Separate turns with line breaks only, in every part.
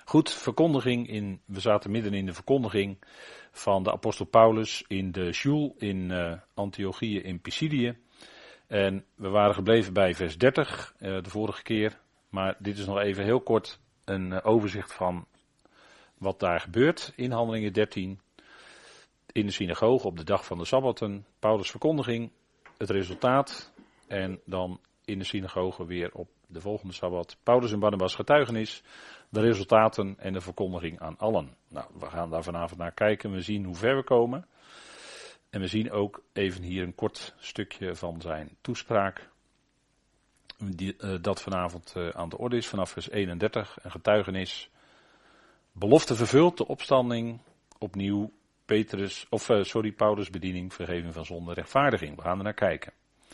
Goed, verkondiging we zaten midden in de verkondiging van de apostel Paulus in de Sjoel in Antiochië in Pisidië. En we waren gebleven bij vers 30 de vorige keer. Maar dit is nog even heel kort een overzicht van wat daar gebeurt in Handelingen 13. In de synagoge op de dag van de Sabbatten. Paulus' verkondiging, het resultaat. En dan in de synagoge weer op de volgende Sabbat. Paulus en Barnabas getuigenis. De resultaten en de verkondiging aan allen. Nou, we gaan daar vanavond naar kijken. We zien hoe ver we komen. En we zien ook even hier een kort stukje van zijn toespraak. Dat vanavond aan de orde is vanaf vers 31. Een getuigenis. Belofte vervuld, de opstanding. Opnieuw Paulus' bediening, vergeving van zonde, rechtvaardiging. We gaan er naar kijken.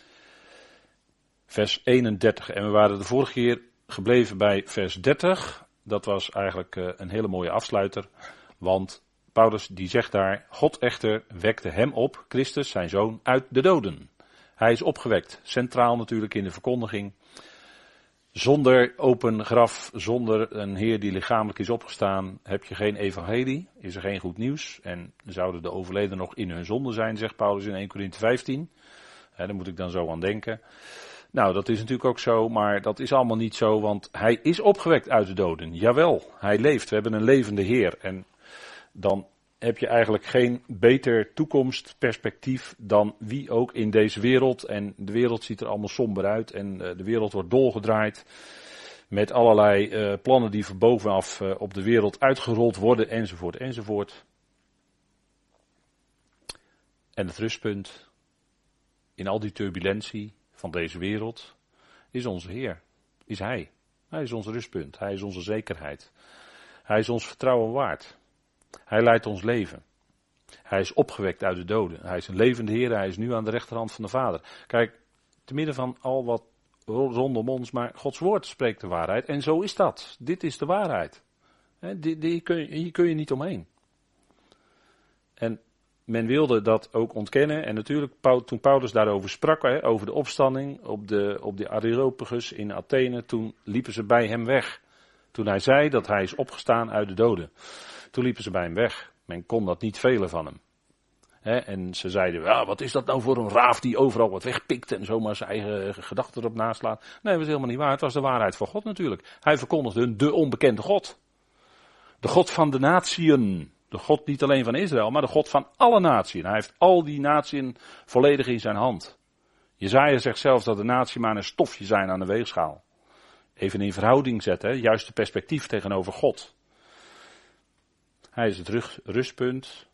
Vers 31. En we waren de vorige keer gebleven bij vers 30. Dat was eigenlijk een hele mooie afsluiter. Want Paulus die zegt daar, God echter wekte hem op, Christus, zijn zoon, uit de doden. Hij is opgewekt. Centraal natuurlijk in de verkondiging. Zonder open graf, zonder een Heer die lichamelijk is opgestaan, heb je geen evangelie, is er geen goed nieuws. En zouden de overleden nog in hun zonde zijn, zegt Paulus in 1 Korinthe 15. Daar moet ik dan zo aan denken. Nou, dat is natuurlijk ook zo, maar dat is allemaal niet zo, want hij is opgewekt uit de doden. Jawel, hij leeft. We hebben een levende Heer. En dan heb je eigenlijk geen beter toekomstperspectief dan wie ook in deze wereld. En de wereld ziet er allemaal somber uit en de wereld wordt dolgedraaid met allerlei plannen die van bovenaf op de wereld uitgerold worden, enzovoort, enzovoort. En het rustpunt in al die turbulentie van deze wereld is onze Heer, is Hij. Hij is ons rustpunt, Hij is onze zekerheid. Hij is ons vertrouwen waard. Hij leidt ons leven. Hij is opgewekt uit de doden. Hij is een levende Heer. Hij is nu aan de rechterhand van de Vader. Kijk, te midden van al wat rondom ons, maar Gods woord spreekt de waarheid. En zo is dat. Dit is de waarheid. Hier kun je niet omheen. En men wilde dat ook ontkennen. En natuurlijk, toen Paulus daarover sprak, over de opstanding op de Areopagus in Athene, toen liepen ze bij hem weg. Toen hij zei dat hij is opgestaan uit de doden. Toen liepen ze bij hem weg. Men kon dat niet velen van hem. En ze zeiden, ja, wat is dat nou voor een raaf die overal wat wegpikt en zomaar zijn eigen gedachten erop naslaat. Nee, dat was helemaal niet waar. Het was de waarheid van God natuurlijk. Hij verkondigde de onbekende God. De God van de natieën. De God niet alleen van Israël, maar de God van alle natieën. Hij heeft al die natieën volledig in zijn hand. Jesaja zegt zelfs dat de natie maar een stofje zijn aan de weegschaal. Even in verhouding zetten, juiste perspectief tegenover God. Hij is het rustpunt.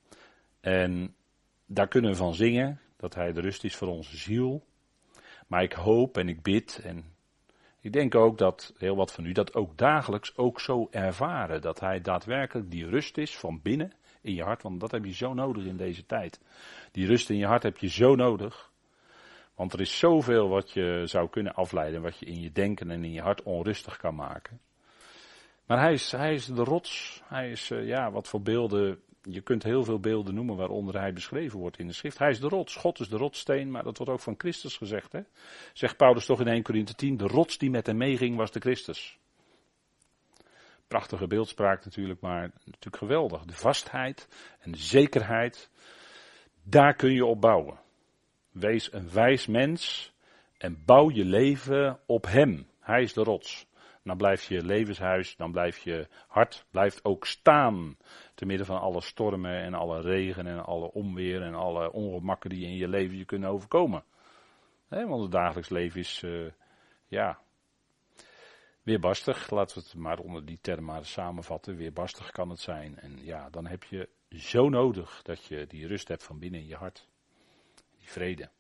En daar kunnen we van zingen, dat hij de rust is voor onze ziel. Maar ik hoop en ik bid en ik denk ook dat heel wat van u dat ook dagelijks ook zo ervaren. Dat hij daadwerkelijk die rust is van binnen in je hart, want dat heb je zo nodig in deze tijd. Die rust in je hart heb je zo nodig. Want er is zoveel wat je zou kunnen afleiden, wat je in je denken en in je hart onrustig kan maken. Maar hij is de rots. Hij is, wat voor beelden. Je kunt heel veel beelden noemen waaronder hij beschreven wordt in de schrift. Hij is de rots. God is de rotssteen, maar dat wordt ook van Christus gezegd. Hè? Zegt Paulus toch in 1 Korinthe 10. De rots die met hem meeging was de Christus. Prachtige beeldspraak natuurlijk, maar natuurlijk geweldig. De vastheid en de zekerheid. Daar kun je op bouwen. Wees een wijs mens en bouw je leven op hem. Hij is de rots. Dan blijft je levenshuis, dan blijft je hart blijft ook staan. Te midden van alle stormen en alle regen en alle onweer en alle ongemakken die in je leven je kunnen overkomen. Want het dagelijks leven is, weerbarstig. Laten we het maar onder die term maar samenvatten. Weerbarstig kan het zijn. En ja, dan heb je zo nodig dat je die rust hebt van binnen in je hart. Die vrede.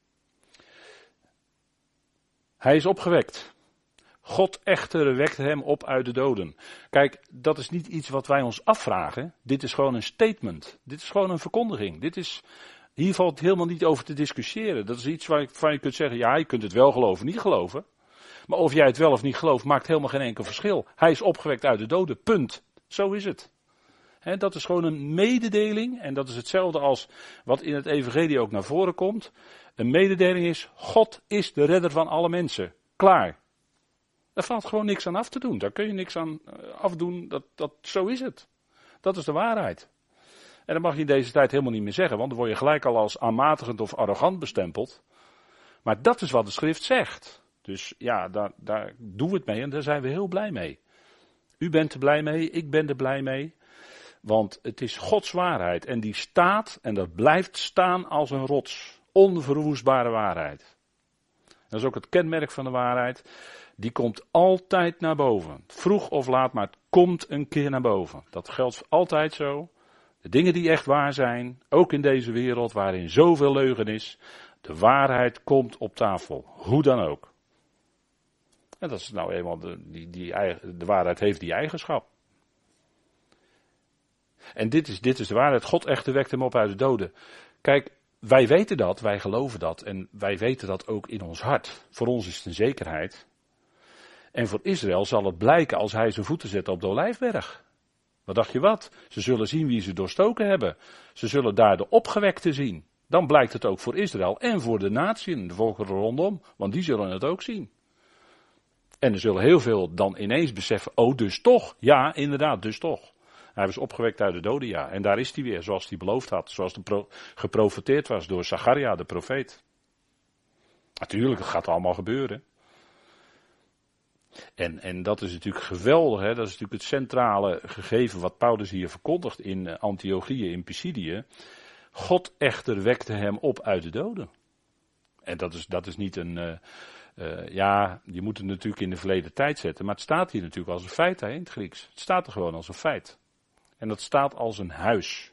Hij is opgewekt. God echter wekte hem op uit de doden. Kijk, dat is niet iets wat wij ons afvragen. Dit is gewoon een statement. Dit is gewoon een verkondiging. Hier valt helemaal niet over te discussiëren. Dat is iets waarvan je kunt zeggen, ja, je kunt het wel geloven, niet geloven. Maar of jij het wel of niet gelooft, maakt helemaal geen enkel verschil. Hij is opgewekt uit de doden, punt. Zo is het. Dat is gewoon een mededeling. En dat is hetzelfde als wat in het evangelie ook naar voren komt. Een mededeling is, God is de redder van alle mensen. Klaar. Daar valt gewoon niks aan af te doen. Daar kun je niks aan afdoen. Zo is het. Dat is de waarheid. En dat mag je in deze tijd helemaal niet meer zeggen, want dan word je gelijk al als aanmatigend of arrogant bestempeld. Maar dat is wat de schrift zegt. Dus ja, daar doen we het mee en daar zijn we heel blij mee. U bent er blij mee, ik ben er blij mee. Want het is Gods waarheid en die staat en dat blijft staan als een rots. Onverwoestbare waarheid. Dat is ook het kenmerk van de waarheid. Die komt altijd naar boven. Vroeg of laat, maar het komt een keer naar boven. Dat geldt altijd zo. De dingen die echt waar zijn, ook in deze wereld waarin zoveel leugen is, de waarheid komt op tafel. Hoe dan ook. En dat is nou eenmaal, de waarheid heeft die eigenschap. En dit is de waarheid. God echter wekt hem op uit de doden. Kijk, wij weten dat, wij geloven dat en wij weten dat ook in ons hart. Voor ons is het een zekerheid. En voor Israël zal het blijken als hij zijn voeten zet op de Olijfberg. Wat dacht je wat? Ze zullen zien wie ze doorstoken hebben. Ze zullen daar de opgewekte zien. Dan blijkt het ook voor Israël en voor de natie, de volkeren rondom, want die zullen het ook zien. En er zullen heel veel dan ineens beseffen, oh dus toch, ja inderdaad, dus toch. Hij was opgewekt uit de doden, ja. En daar is hij weer, zoals hij beloofd had, zoals geprofeteerd was door Zacharia, de profeet. Natuurlijk, het gaat allemaal gebeuren. En dat is natuurlijk geweldig, hè? Dat is natuurlijk het centrale gegeven wat Paulus hier verkondigt in Antiochië, in Pisidië. God echter wekte hem op uit de doden. En dat is niet een, je moet het natuurlijk in de verleden tijd zetten, maar het staat hier natuurlijk als een feit hè, in het Grieks. Het staat er gewoon als een feit. En dat staat als een huis.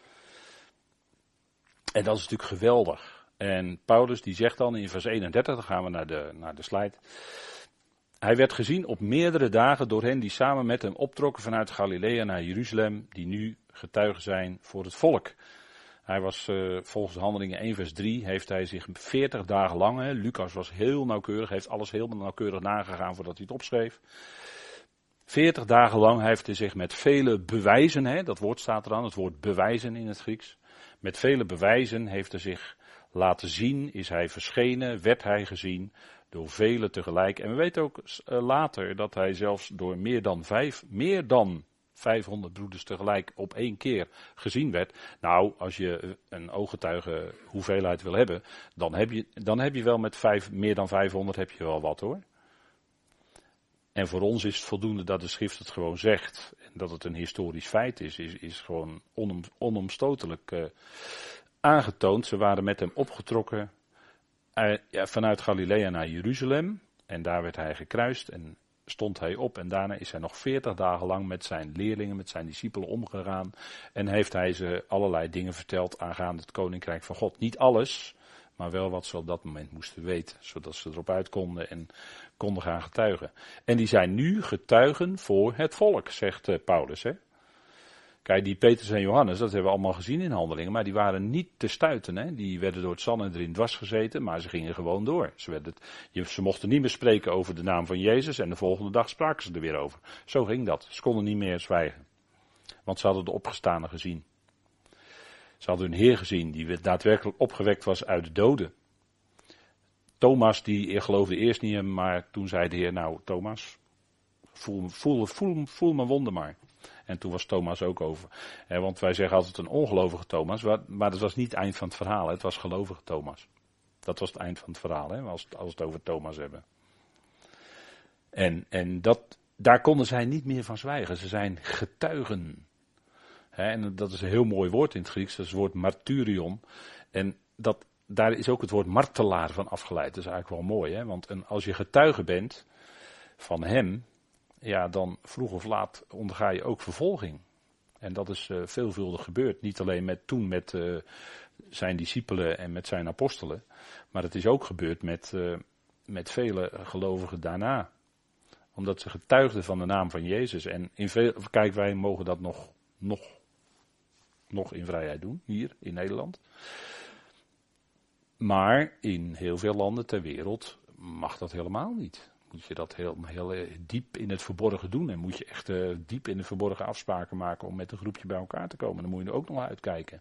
En dat is natuurlijk geweldig. En Paulus die zegt dan in vers 31, dan gaan we naar de slide. Hij werd gezien op meerdere dagen door hen die samen met hem optrokken vanuit Galilea naar Jeruzalem, die nu getuigen zijn voor het volk. Hij was volgens Handelingen 1 vers 3, heeft hij zich 40 dagen lang, Lucas was heel nauwkeurig, heeft alles heel nauwkeurig nagegaan voordat hij het opschreef. 40 dagen lang heeft hij zich met vele bewijzen, dat woord staat er dan, het woord bewijzen in het Grieks. Met vele bewijzen heeft hij zich laten zien, is hij verschenen, werd hij gezien door velen tegelijk. En we weten ook later dat hij zelfs door meer dan 500 broeders tegelijk op één keer gezien werd. Nou, als je een ooggetuige hoeveelheid wil hebben, dan heb je wel met meer dan 500 heb je wel wat hoor. En voor ons is het voldoende dat de schrift het gewoon zegt. En dat het een historisch feit is gewoon onomstotelijk aangetoond. Ze waren met hem opgetrokken vanuit Galilea naar Jeruzalem. En daar werd hij gekruist en stond hij op. En daarna is hij nog 40 dagen lang met zijn leerlingen, met zijn discipelen omgegaan. En heeft hij ze allerlei dingen verteld aangaande het koninkrijk van God. Niet alles, maar wel wat ze op dat moment moesten weten. Zodat ze erop uit konden en konden gaan getuigen. En die zijn nu getuigen voor het volk, zegt Paulus. Hè? Kijk, die Petrus en Johannes, dat hebben we allemaal gezien in Handelingen, maar die waren niet te stuiten. Hè? Die werden door het Sanhedrin dwars gezeten, maar ze gingen gewoon door. Ze mochten niet meer spreken over de naam van Jezus en de volgende dag spraken ze er weer over. Zo ging dat. Ze konden niet meer zwijgen. Want ze hadden de opgestane gezien. Ze hadden hun Heer gezien, die daadwerkelijk opgewekt was uit de doden. Thomas, die geloofde eerst niet in, maar toen zei de Heer, nou Thomas, voel mijn wonden maar. En toen was Thomas ook over. Want wij zeggen altijd een ongelovige Thomas, maar dat was niet het eind van het verhaal. Het was gelovige Thomas. Dat was het eind van het verhaal, als we het over Thomas hebben. En daar konden zij niet meer van zwijgen. Ze zijn getuigen. En dat is een heel mooi woord in het Grieks, dat is het woord martyrion. En daar is ook het woord martelaar van afgeleid. Dat is eigenlijk wel mooi, want als je getuige bent van hem, ja, dan vroeg of laat onderga je ook vervolging. En dat is veelvuldig gebeurd. Niet alleen met zijn discipelen en met zijn apostelen, maar het is ook gebeurd met vele gelovigen daarna. Omdat ze getuigden van de naam van Jezus. En kijk, wij mogen dat nog in vrijheid doen, hier in Nederland. Maar in heel veel landen ter wereld mag dat helemaal niet. Moet je dat heel diep in het verborgen doen. En moet je echt diep in het verborgen afspraken maken om met een groepje bij elkaar te komen. Dan moet je er ook nog uitkijken.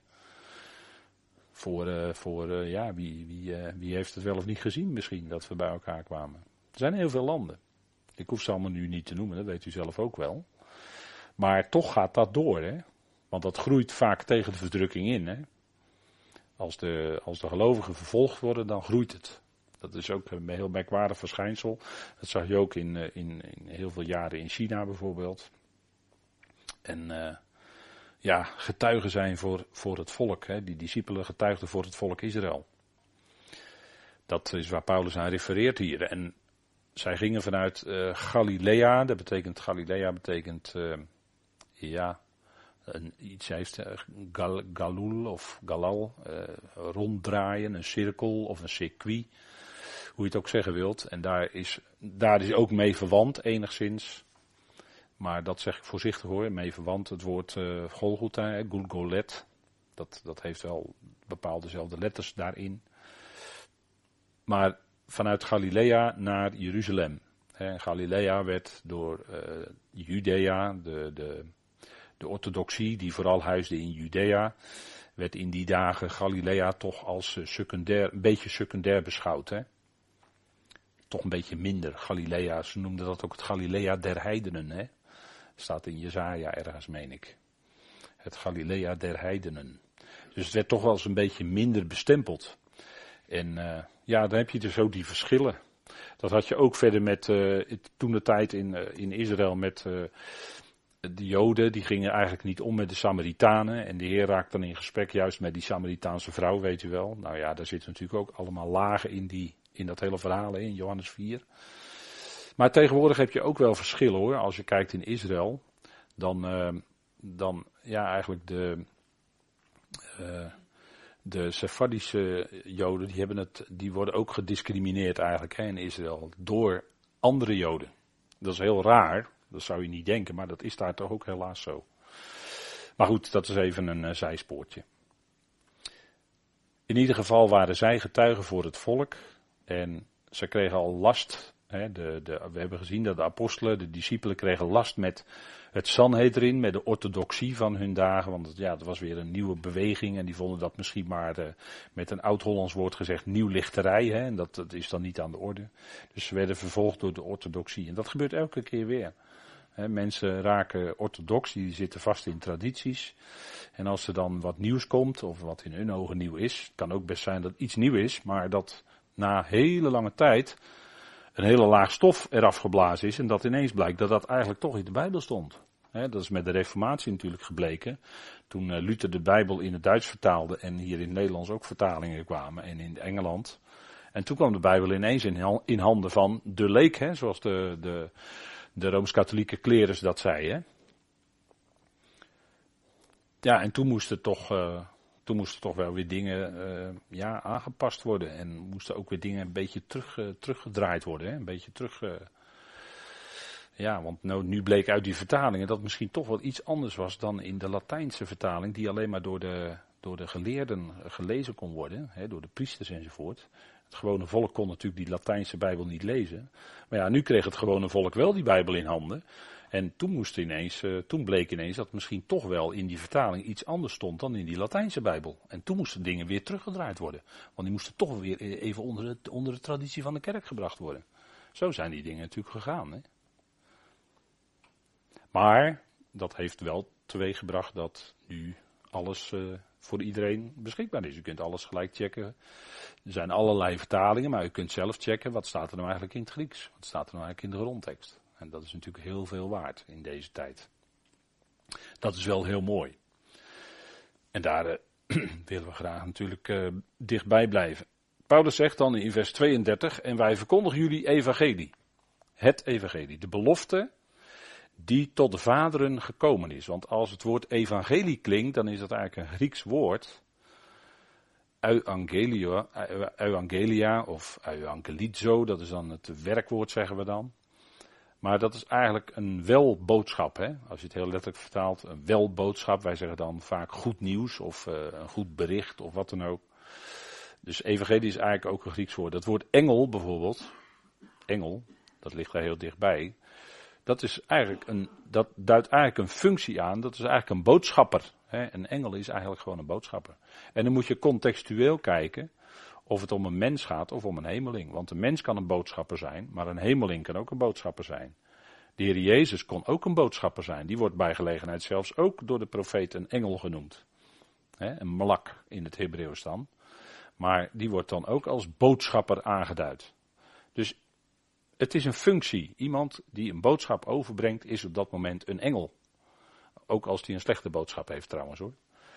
Wie heeft het wel of niet gezien misschien, dat we bij elkaar kwamen. Er zijn heel veel landen. Ik hoef ze allemaal nu niet te noemen, dat weet u zelf ook wel. Maar toch gaat dat door, hè. Want dat groeit vaak tegen de verdrukking in, hè. Als de gelovigen vervolgd worden, dan groeit het. Dat is ook een heel merkwaardig verschijnsel. Dat zag je ook in heel veel jaren in China bijvoorbeeld. En getuigen zijn voor het volk. Hè. Die discipelen getuigden voor het volk Israël. Dat is waar Paulus aan refereert hier. En zij gingen vanuit Galilea. Galilea betekent iets heeft Galul of Galal, ronddraaien, een cirkel of een circuit, hoe je het ook zeggen wilt. En daar is ook mee verwant enigszins. Maar dat zeg ik voorzichtig hoor, mee verwant het woord Golgotha, Gulgolet. Dat heeft wel bepaalde dezelfde letters daarin. Maar vanuit Galilea naar Jeruzalem. Galilea werd door Judea, de orthodoxie die vooral huisde in Judea, werd in die dagen Galilea toch als een beetje secundair beschouwd. Hè? Toch een beetje minder. Galilea, ze noemden dat ook het Galilea der heidenen. Hè? Staat in Jesaja ergens, meen ik. Het Galilea der heidenen. Dus het werd toch wel eens een beetje minder bestempeld. En dan heb je dus ook die verschillen. Dat had je ook verder met toen de tijd in Israël met de Joden. Die gingen eigenlijk niet om met de Samaritanen. En de Heer raakt dan in gesprek juist met die Samaritaanse vrouw, weet u wel. Nou ja, daar zitten natuurlijk ook allemaal lagen in dat hele verhaal, in Johannes 4. Maar tegenwoordig heb je ook wel verschillen hoor. Als je kijkt in Israël, dan eigenlijk de Sephardische Joden, die worden ook gediscrimineerd eigenlijk in Israël door andere Joden. Dat is heel raar, dat zou je niet denken, maar dat is daar toch ook helaas zo. Maar goed, dat is even een zijspoortje. In ieder geval waren zij getuigen voor het volk en ze kregen al last. We hebben gezien dat de apostelen, de discipelen kregen last met het Sanhedrin, met de orthodoxie van hun dagen. Want dat was weer een nieuwe beweging en die vonden dat misschien maar met een oud-Hollands woord gezegd nieuwlichterij. En dat is dan niet aan de orde. Dus ze werden vervolgd door de orthodoxie. En dat gebeurt elke keer weer. Mensen raken orthodox, die zitten vast in tradities. En als er dan wat nieuws komt, of wat in hun ogen nieuw is, het kan ook best zijn dat iets nieuw is, maar dat na hele lange tijd een hele laag stof eraf geblazen is en dat ineens blijkt dat dat eigenlijk toch in de Bijbel stond. Dat is met de Reformatie natuurlijk gebleken. Toen Luther de Bijbel in het Duits vertaalde en hier in het Nederlands ook vertalingen kwamen en in Engeland. En toen kwam de Bijbel ineens in handen van de leek, zoals de Rooms-Katholieke klerus dat zei. Hè. Ja, en toen moesten toch wel weer dingen aangepast worden. En moesten ook weer dingen een beetje teruggedraaid worden. Hè? Een beetje terug. Want nu bleek uit die vertalingen dat het misschien toch wel iets anders was dan in de Latijnse vertaling. Die alleen maar door de geleerden gelezen kon worden. Hè? Door de priesters enzovoort. Het gewone volk kon natuurlijk die Latijnse Bijbel niet lezen. Maar ja, nu kreeg het gewone volk wel die Bijbel in handen. En toen bleek ineens dat misschien toch wel in die vertaling iets anders stond dan in die Latijnse Bijbel. En toen moesten dingen weer teruggedraaid worden. Want die moesten toch weer even onder de traditie van de kerk gebracht worden. Zo zijn die dingen natuurlijk gegaan. Hè? Maar dat heeft wel teweeggebracht dat nu alles voor iedereen beschikbaar is. U kunt alles gelijk checken. Er zijn allerlei vertalingen, maar u kunt zelf checken wat staat er nou eigenlijk in het Grieks. Wat staat er nou eigenlijk in de grondtekst. En dat is natuurlijk heel veel waard in deze tijd. Dat is wel heel mooi. En daar willen we graag natuurlijk dichtbij blijven. Paulus zegt dan in vers 32, en wij verkondigen jullie evangelie. Het evangelie, de belofte die tot de vaderen gekomen is. Want als het woord evangelie klinkt, dan is dat eigenlijk een Grieks woord. Euangelia of euangelizo, dat is dan het werkwoord zeggen we dan. Maar dat is eigenlijk een welboodschap. Hè? Als je het heel letterlijk vertaalt, een welboodschap. Wij zeggen dan vaak goed nieuws of een goed bericht of wat dan ook. Dus evangelie is eigenlijk ook een Grieks woord. Dat woord engel bijvoorbeeld, engel, dat ligt daar heel dichtbij. Dat duidt eigenlijk een functie aan, dat is eigenlijk een boodschapper. Hè? Een engel is eigenlijk gewoon een boodschapper. En dan moet je contextueel kijken of het om een mens gaat of om een hemeling. Want een mens kan een boodschapper zijn, maar een hemeling kan ook een boodschapper zijn. De Heer Jezus kon ook een boodschapper zijn. Die wordt bij gelegenheid zelfs ook door de profeet een engel genoemd. Een malak in het Hebreeuws dan. Maar die wordt dan ook als boodschapper aangeduid. Dus het is een functie. Iemand die een boodschap overbrengt is op dat moment een engel. Ook als die een slechte boodschap heeft trouwens hoor.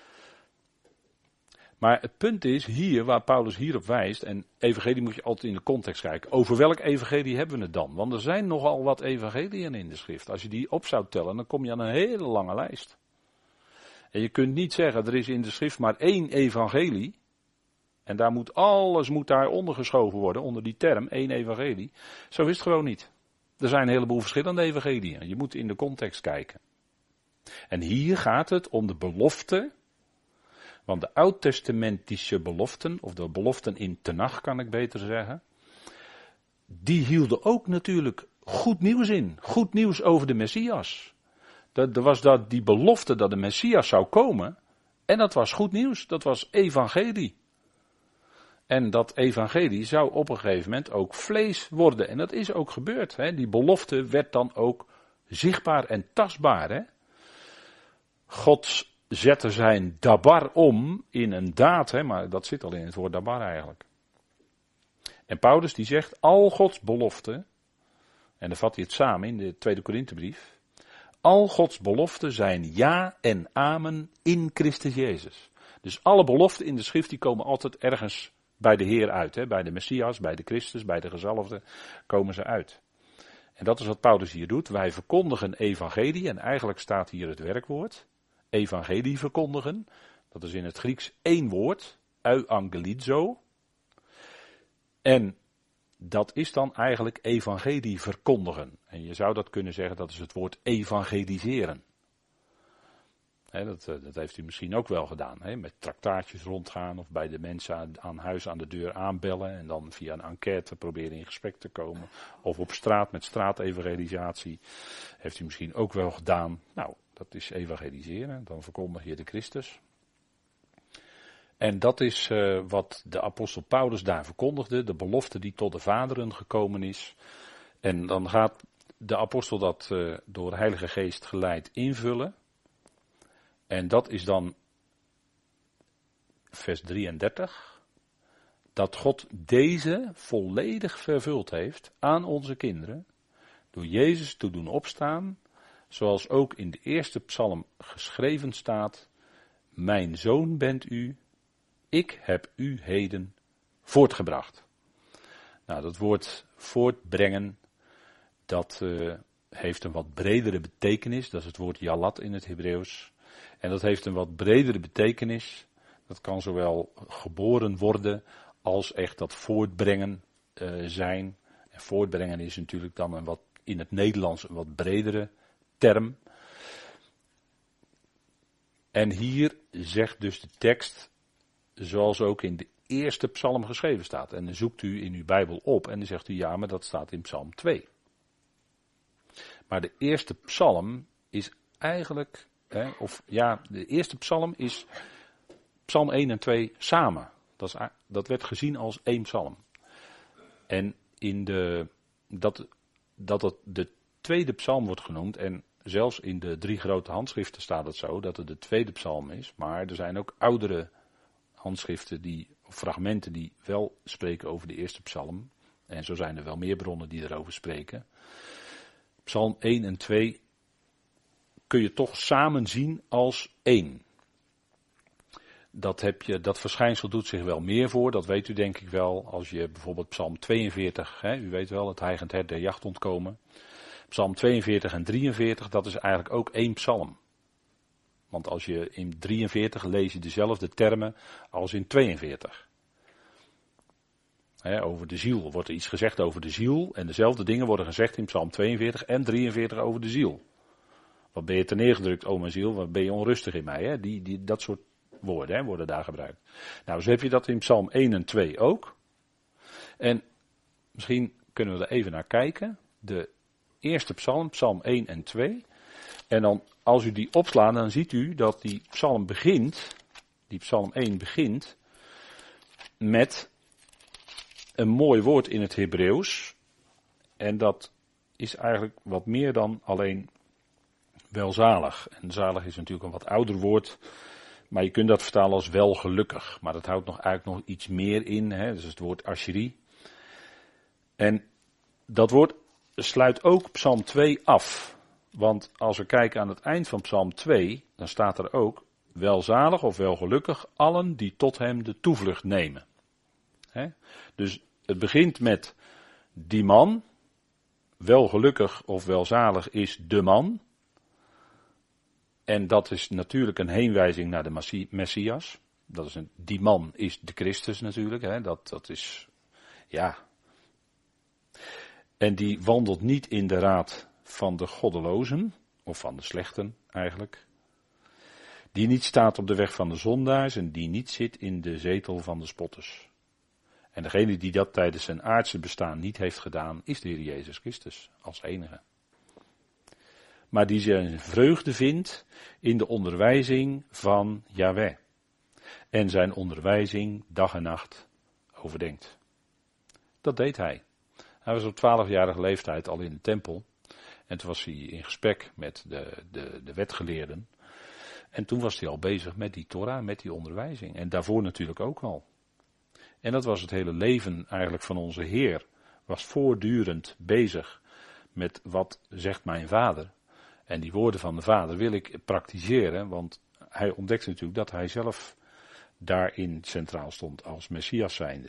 Maar het punt is hier, waar Paulus hierop wijst, en evangelie moet je altijd in de context kijken. Over welk evangelie hebben we het dan? Want er zijn nogal wat evangeliën in de schrift. Als je die op zou tellen, dan kom je aan een hele lange lijst. En je kunt niet zeggen, er is in de schrift maar één evangelie. En daar moet alles daar ondergeschoven worden, onder die term, één evangelie. Zo is het gewoon niet. Er zijn een heleboel verschillende evangeliën. Je moet in de context kijken. En hier gaat het om de belofte. Want de oud-testamentische beloften, of de beloften in Tenach kan ik beter zeggen, die hielden ook natuurlijk goed nieuws in. Goed nieuws over de Messias. Er was die belofte dat de Messias zou komen. En dat was goed nieuws. Dat was evangelie. En dat evangelie zou op een gegeven moment ook vlees worden. En dat is ook gebeurd. Hè. Die belofte werd dan ook zichtbaar en tastbaar. Hè. God zette zijn dabar om in een daad. Hè, maar dat zit al in het woord dabar eigenlijk. En Paulus die zegt, al Gods beloften, en dan vat hij het samen in de tweede Korinthebrief. Al Gods beloften zijn ja en amen in Christus Jezus. Dus alle beloften in de schrift die komen altijd ergens bij de Heer uit. Hè? Bij de Messias, bij de Christus, bij de gezalfde komen ze uit. En dat is wat Paulus hier doet. Wij verkondigen evangelie en eigenlijk staat hier het werkwoord. Evangelie verkondigen. Dat is in het Grieks één woord. Euangelizo. En dat is dan eigenlijk evangelie verkondigen. En je zou dat kunnen zeggen, dat is het woord evangeliseren. Dat heeft u misschien ook wel gedaan. Met traktaatjes rondgaan of bij de mensen aan huis aan de deur aanbellen. En dan via een enquête proberen in gesprek te komen. Of op straat met straatevangelisatie. Heeft u misschien ook wel gedaan. Nou, dat is evangeliseren. Dan verkondig je de Christus. En dat is wat de apostel Paulus daar verkondigde. De belofte die tot de vaderen gekomen is. En dan gaat de apostel dat door de Heilige Geest geleid invullen. En dat is dan vers 33. Dat God deze volledig vervuld heeft aan onze kinderen. Door Jezus te doen opstaan. Zoals ook in de eerste psalm geschreven staat. Mijn zoon bent u. Ik heb u heden voortgebracht. Nou, dat woord voortbrengen, dat heeft een wat bredere betekenis. Dat is het woord yalat in het Hebreeuws. En dat heeft een wat bredere betekenis. Dat kan zowel geboren worden als echt dat voortbrengen zijn. En voortbrengen is natuurlijk dan in het Nederlands een wat bredere term. En hier zegt dus de tekst, zoals ook in de eerste psalm geschreven staat. En dan zoekt u in uw Bijbel op en dan zegt u ja, maar dat staat in psalm 2. Maar de eerste psalm is eigenlijk, de eerste psalm is psalm 1 en 2 samen. Dat werd gezien als één psalm. En dat de tweede psalm wordt genoemd en zelfs in de 3 grote handschriften staat het zo, dat het de tweede psalm is. Maar er zijn ook oudere handschriften of fragmenten die wel spreken over de eerste psalm. En zo zijn er wel meer bronnen die erover spreken. Psalm 1 en 2 kun je toch samen zien als één. Dat verschijnsel doet zich wel meer voor, dat weet u denk ik wel. Als je bijvoorbeeld psalm 42, u weet wel, het heigend hert der jacht ontkomen. Psalm 42 en 43, dat is eigenlijk ook één psalm. Want als je in 43 lees je dezelfde termen als in 42. Over de ziel wordt er iets gezegd over de ziel. En dezelfde dingen worden gezegd in psalm 42 en 43 over de ziel. Wat ben je ter neergedrukt, o mijn ziel, wat ben je onrustig in mij. Dat soort woorden worden daar gebruikt. Nou, zo heb je dat in psalm 1 en 2 ook. En misschien kunnen we er even naar kijken. De eerste psalm, psalm 1 en 2. En dan, als u die opslaat, dan ziet u dat die psalm 1 begint met een mooi woord in het Hebreeuws. En dat is eigenlijk wat meer dan alleen welzalig. En zalig is natuurlijk een wat ouder woord. Maar je kunt dat vertalen als welgelukkig. Maar dat houdt eigenlijk nog iets meer in. Hè? Dat is het woord asheri. En dat woord sluit ook Psalm 2 af. Want als we kijken aan het eind van Psalm 2, dan staat er ook welzalig of welgelukkig allen die tot hem de toevlucht nemen. Hè? Dus het begint met die man. Welgelukkig of welzalig is de man. En dat is natuurlijk een heenwijzing naar de Messias. Die man is de Christus natuurlijk. Hè? Dat is, ja. En die wandelt niet in de raad van de goddelozen, of van de slechten eigenlijk. Die niet staat op de weg van de zondaars en die niet zit in de zetel van de spotters. En degene die dat tijdens zijn aardse bestaan niet heeft gedaan, is de Heer Jezus Christus als enige. Maar die zijn vreugde vindt in de onderwijzing van Yahweh. En zijn onderwijzing dag en nacht overdenkt. Dat deed hij. Hij was op 12-jarige leeftijd al in de tempel. En toen was hij in gesprek met de wetgeleerden. En toen was hij al bezig met die Torah, met die onderwijzing. En daarvoor natuurlijk ook al. En dat was het hele leven eigenlijk van onze Heer. Was voortdurend bezig met wat zegt mijn vader. En die woorden van de vader wil ik praktiseren. Want hij ontdekte natuurlijk dat hij zelf daarin centraal stond als Messias zijnde.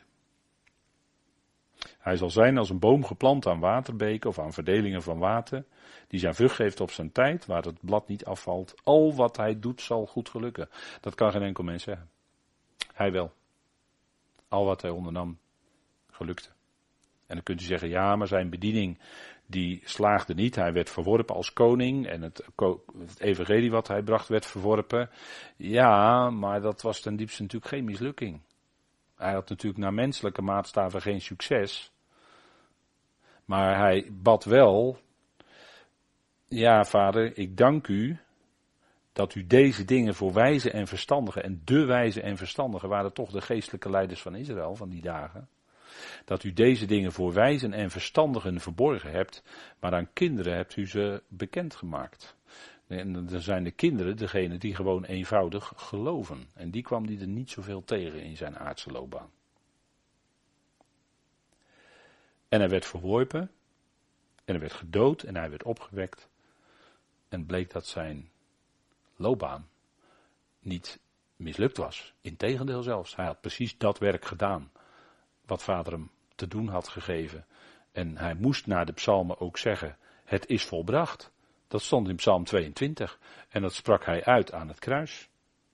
Hij zal zijn als een boom geplant aan waterbeken of aan verdelingen van water, die zijn vrucht geeft op zijn tijd, waar het blad niet afvalt. Al wat hij doet zal goed gelukken. Dat kan geen enkel mens zeggen. Hij wel. Al wat hij ondernam, gelukte. En dan kunt u zeggen, ja, maar zijn bediening, die slaagde niet. Hij werd verworpen als koning en het evangelie wat hij bracht werd verworpen. Ja, maar dat was ten diepste natuurlijk geen mislukking. Hij had natuurlijk naar menselijke maatstaven geen succes. Maar hij bad wel, ja vader, ik dank u dat u deze dingen voor wijze en verstandigen, en de wijze en verstandigen waren toch de geestelijke leiders van Israël van die dagen, dat u deze dingen voor wijzen en verstandigen verborgen hebt, maar aan kinderen hebt u ze bekendgemaakt. En dan zijn de kinderen degene die gewoon eenvoudig geloven. En die kwam die er niet zoveel tegen in zijn aardse loopbaan. En hij werd verworpen. En hij werd gedood en hij werd opgewekt. En bleek dat zijn loopbaan niet mislukt was. Integendeel zelfs. Hij had precies dat werk gedaan wat vader hem te doen had gegeven. En hij moest naar de psalmen ook zeggen, het is volbracht. Dat stond in Psalm 22. En dat sprak hij uit aan het kruis.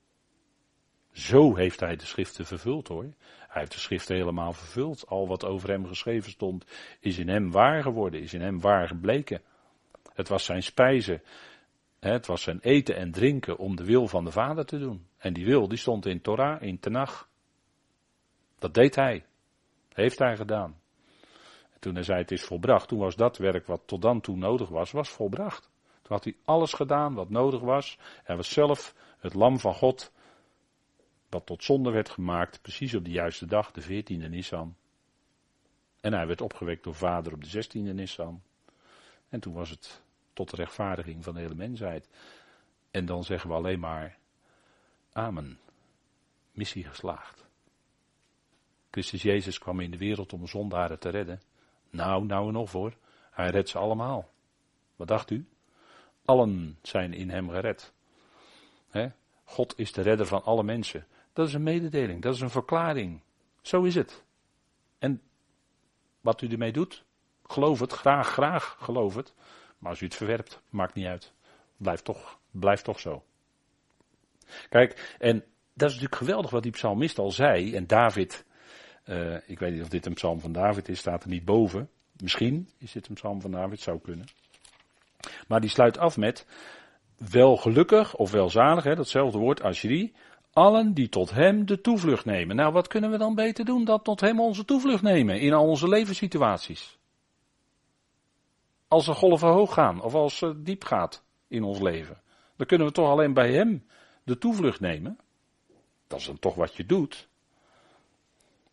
Zo heeft hij de schriften vervuld hoor. Hij heeft de schriften helemaal vervuld. Al wat over hem geschreven stond, is in hem waar geworden, is in hem waar gebleken. Het was zijn spijzen. Het was zijn eten en drinken om de wil van de Vader te doen. En die wil, die stond in Torah, in Tenach. Dat deed hij. Heeft hij gedaan. En toen hij zei het is volbracht, toen was dat werk wat tot dan toe nodig was volbracht. Toen had hij alles gedaan wat nodig was. Hij was zelf het lam van God, wat tot zonde werd gemaakt, precies op de juiste dag, de 14e Nisan. En hij werd opgewekt door vader op de 16e Nisan. En toen was het tot de rechtvaardiging van de hele mensheid. En dan zeggen we alleen maar, amen, missie geslaagd. Christus Jezus kwam in de wereld om zondaren te redden. Nou en nog hoor, hij redt ze allemaal. Wat dacht u? Allen zijn in hem gered. God is de redder van alle mensen. Dat is een mededeling, dat is een verklaring. Zo is het. En wat u ermee doet, geloof het, graag geloof het. Maar als u het verwerpt, maakt niet uit. Blijft toch zo. Kijk, en dat is natuurlijk geweldig wat die psalmist al zei. En David, ik weet niet of dit een psalm van David is, staat er niet boven. Misschien is dit een psalm van David, zou kunnen. Maar die sluit af met, wel gelukkig of welzalig, datzelfde woord, asheri, allen die tot hem de toevlucht nemen. Nou, wat kunnen we dan beter doen dan tot hem onze toevlucht nemen in al onze levenssituaties? Als de golven hoog gaan of als het diep gaat in ons leven, dan kunnen we toch alleen bij hem de toevlucht nemen. Dat is dan toch wat je doet.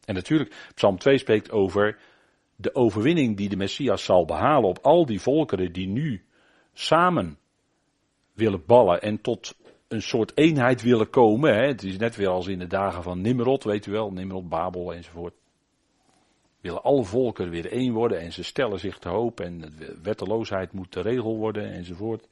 En natuurlijk, Psalm 2 spreekt over de overwinning die de Messias zal behalen op al die volkeren die nu samen willen ballen en tot een soort eenheid willen komen. Hè. Het is net weer als in de dagen van Nimrod, weet u wel, Nimrod, Babel enzovoort. Willen alle volkeren weer één worden en ze stellen zich te hoop en de wetteloosheid moet de regel worden enzovoort.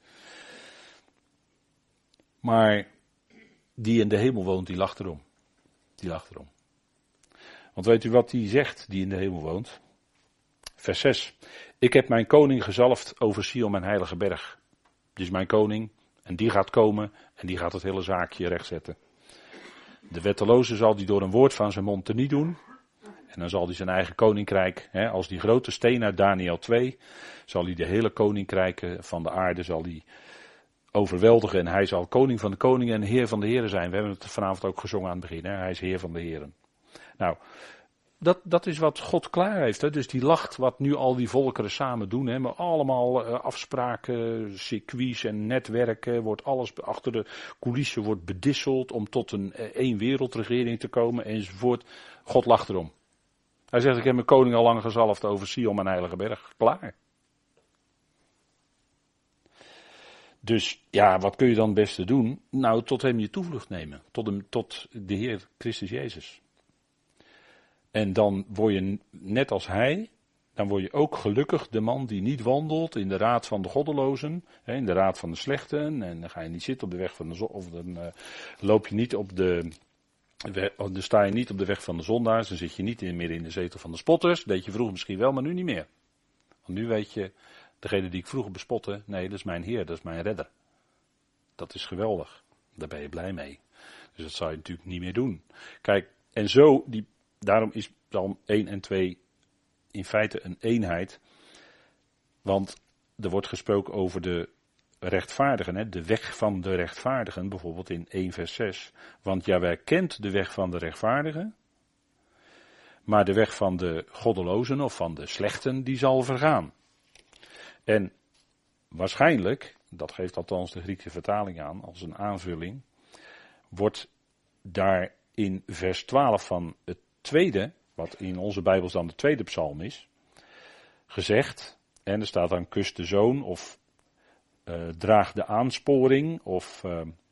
Maar die in de hemel woont, die lacht erom. Die lacht erom. Want weet u wat die zegt, die in de hemel woont? Vers 6. Ik heb mijn koning gezalfd over Sion, mijn heilige berg. Dit is mijn koning en die gaat komen en die gaat het hele zaakje rechtzetten. De wetteloze zal die door een woord van zijn mond teniet doen. En dan zal hij zijn eigen koninkrijk, als die grote steen uit Daniel 2, zal hij de hele koninkrijken van de aarde zal hij overweldigen. En hij zal koning van de koningen en heer van de heren zijn. We hebben het vanavond ook gezongen aan het begin. Hè? Hij is heer van de heren. Nou, dat is wat God klaar heeft. Hè? Dus die lacht wat nu al die volkeren samen doen. Hè? Maar allemaal afspraken, circuits en netwerken. Wordt alles achter de coulissen wordt bedisseld om tot een één wereldregering te komen enzovoort. God lacht erom. Hij zegt, ik heb mijn koning al lang gezalfd over Sion, mijn heilige berg. Klaar. Dus ja, wat kun je dan het beste doen? Nou, tot hem je toevlucht nemen. Tot de Heer Christus Jezus. En dan word je net als hij, dan word je ook gelukkig de man die niet wandelt in de raad van de goddelozen, in de raad van de slechten. En dan ga je niet zitten op de weg van de of dan loop je niet op dan sta je niet op de weg van de zondaars, dan zit je niet meer in de zetel van de spotters. Dat deed je vroeger misschien wel, maar nu niet meer. Want nu weet je, degene die ik vroeger bespotte, nee, dat is mijn Heer, dat is mijn redder. Dat is geweldig. Daar ben je blij mee. Dus dat zou je natuurlijk niet meer doen. Kijk, en zo, daarom is Psalm 1 en 2 in feite een eenheid. Want er wordt gesproken over de rechtvaardigen, hè? De weg van de rechtvaardigen, bijvoorbeeld in 1 vers 6. Want Jahweh kent de weg van de rechtvaardigen, maar de weg van de goddelozen of van de slechten, die zal vergaan. En waarschijnlijk, dat geeft althans de Griekse vertaling aan, als een aanvulling, wordt daar in vers 12 van het tweede, wat in onze Bijbels dan de tweede psalm is, gezegd, en er staat dan kus de zoon of draag de aansporing of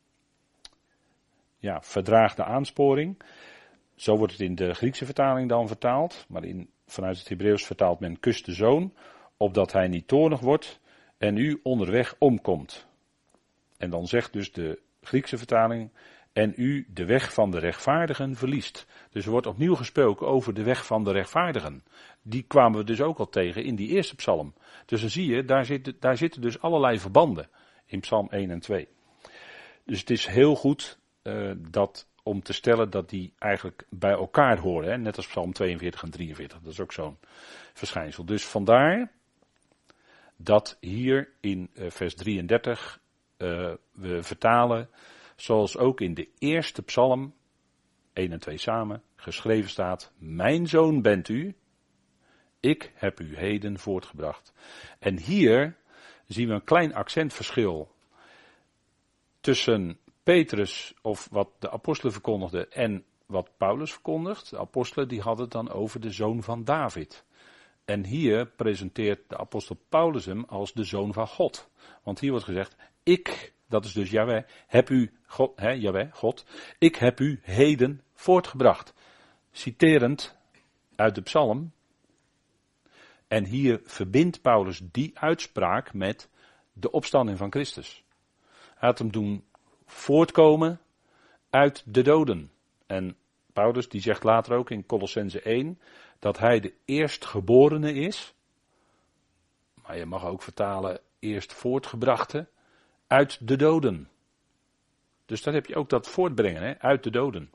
verdraag de aansporing. Zo wordt het in de Griekse vertaling dan vertaald, maar vanuit het Hebreeuws vertaalt men kus de zoon, opdat hij niet toornig wordt en u onderweg omkomt. En dan zegt dus de Griekse vertaling, en u de weg van de rechtvaardigen verliest. Dus er wordt opnieuw gesproken over de weg van de rechtvaardigen. Die kwamen we dus ook al tegen in die eerste psalm. Dus dan zie je, daar zitten dus allerlei verbanden in psalm 1 en 2. Dus het is heel goed om te stellen dat die eigenlijk bij elkaar horen. Hè? Net als psalm 42 en 43. Dat is ook zo'n verschijnsel. Dus vandaar dat hier in vers 33 we vertalen, zoals ook in de eerste psalm, 1 en 2 samen, geschreven staat, mijn zoon bent u, ik heb u heden voortgebracht. En hier zien we een klein accentverschil tussen Petrus, of wat de apostelen verkondigden, en wat Paulus verkondigt. De apostelen die hadden het dan over de zoon van David. En hier presenteert de apostel Paulus hem als de zoon van God. Want hier wordt gezegd, ik, dat is dus Jahweh, heb u, Jahweh, God, ik heb u heden voortgebracht. Citerend uit de psalm. En hier verbindt Paulus die uitspraak met de opstanding van Christus. Hij had hem doen voortkomen uit de doden. En Paulus die zegt later ook in Colossense 1 dat hij de eerstgeborene is. Maar je mag ook vertalen eerst voortgebrachte uit de doden. Dus dan heb je ook dat voortbrengen uit de doden.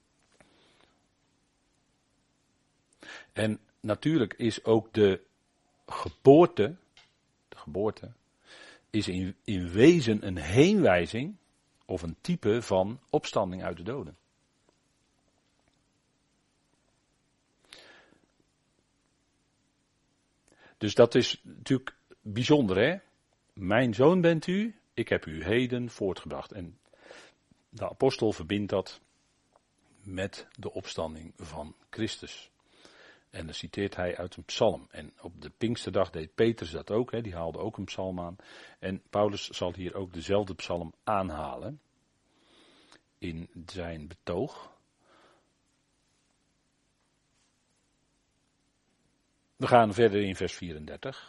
En natuurlijk is ook de geboorte is in wezen een heenwijzing of een type van opstanding uit de doden. Dus dat is natuurlijk bijzonder, hè? Mijn zoon bent u, ik heb u heden voortgebracht. En de apostel verbindt dat met de opstanding van Christus. En dan citeert hij uit een psalm. En op de Pinksterdag deed Petrus dat ook, die haalde ook een psalm aan. En Paulus zal hier ook dezelfde psalm aanhalen in zijn betoog. We gaan verder in vers 34.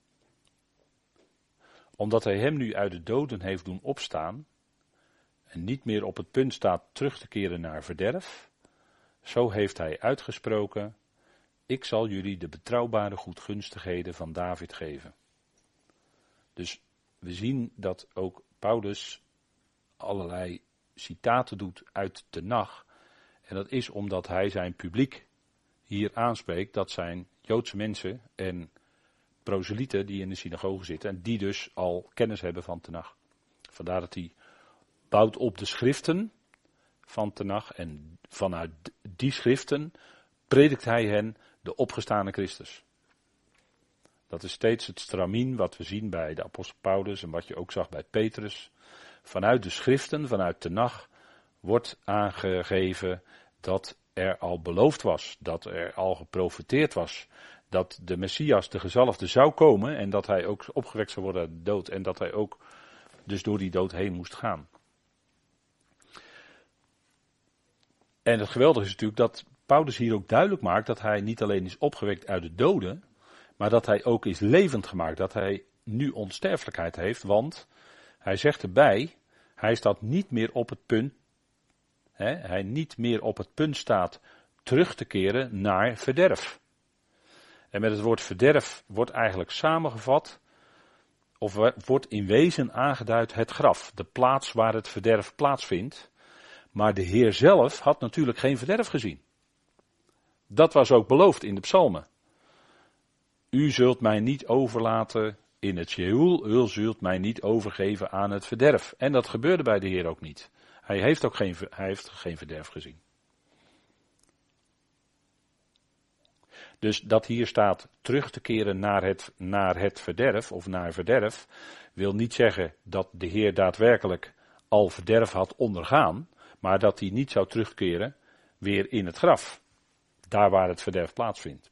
Omdat hij hem nu uit de doden heeft doen opstaan en niet meer op het punt staat terug te keren naar verderf, zo heeft hij uitgesproken: ik zal jullie de betrouwbare goedgunstigheden van David geven. Dus we zien dat ook Paulus allerlei citaten doet uit Tenach. En dat is omdat hij zijn publiek hier aanspreekt. Dat zijn Joodse mensen en proselieten die in de synagoge zitten. En die dus al kennis hebben van Tenach. Vandaar dat hij bouwt op de schriften van Tenach. En vanuit die schriften predikt hij hen de opgestane Christus. Dat is steeds het stramien wat we zien bij de apostel Paulus en wat je ook zag bij Petrus. Vanuit de schriften, vanuit Tenach, wordt aangegeven dat er al beloofd was, dat er al geprofeteerd was, dat de Messias, de gezalfde, zou komen en dat hij ook opgewekt zou worden uit de dood en dat hij ook dus door die dood heen moest gaan. En het geweldige is natuurlijk dat Paulus hier ook duidelijk maakt dat hij niet alleen is opgewekt uit de doden, maar dat hij ook is levend gemaakt, dat hij nu onsterfelijkheid heeft, want hij zegt erbij, hij staat niet meer op het punt, hij niet meer op het punt staat terug te keren naar verderf. En met het woord verderf wordt eigenlijk samengevat, of wordt in wezen aangeduid het graf, de plaats waar het verderf plaatsvindt. Maar de Heer zelf had natuurlijk geen verderf gezien. Dat was ook beloofd in de psalmen. U zult mij niet overlaten in het Sheol, u zult mij niet overgeven aan het verderf. En dat gebeurde bij de Heer ook niet. Hij heeft geen verderf gezien. Dus dat hier staat terug te keren naar het verderf of naar verderf, wil niet zeggen dat de Heer daadwerkelijk al verderf had ondergaan, maar dat hij niet zou terugkeren weer in het graf, daar waar het verderf plaatsvindt.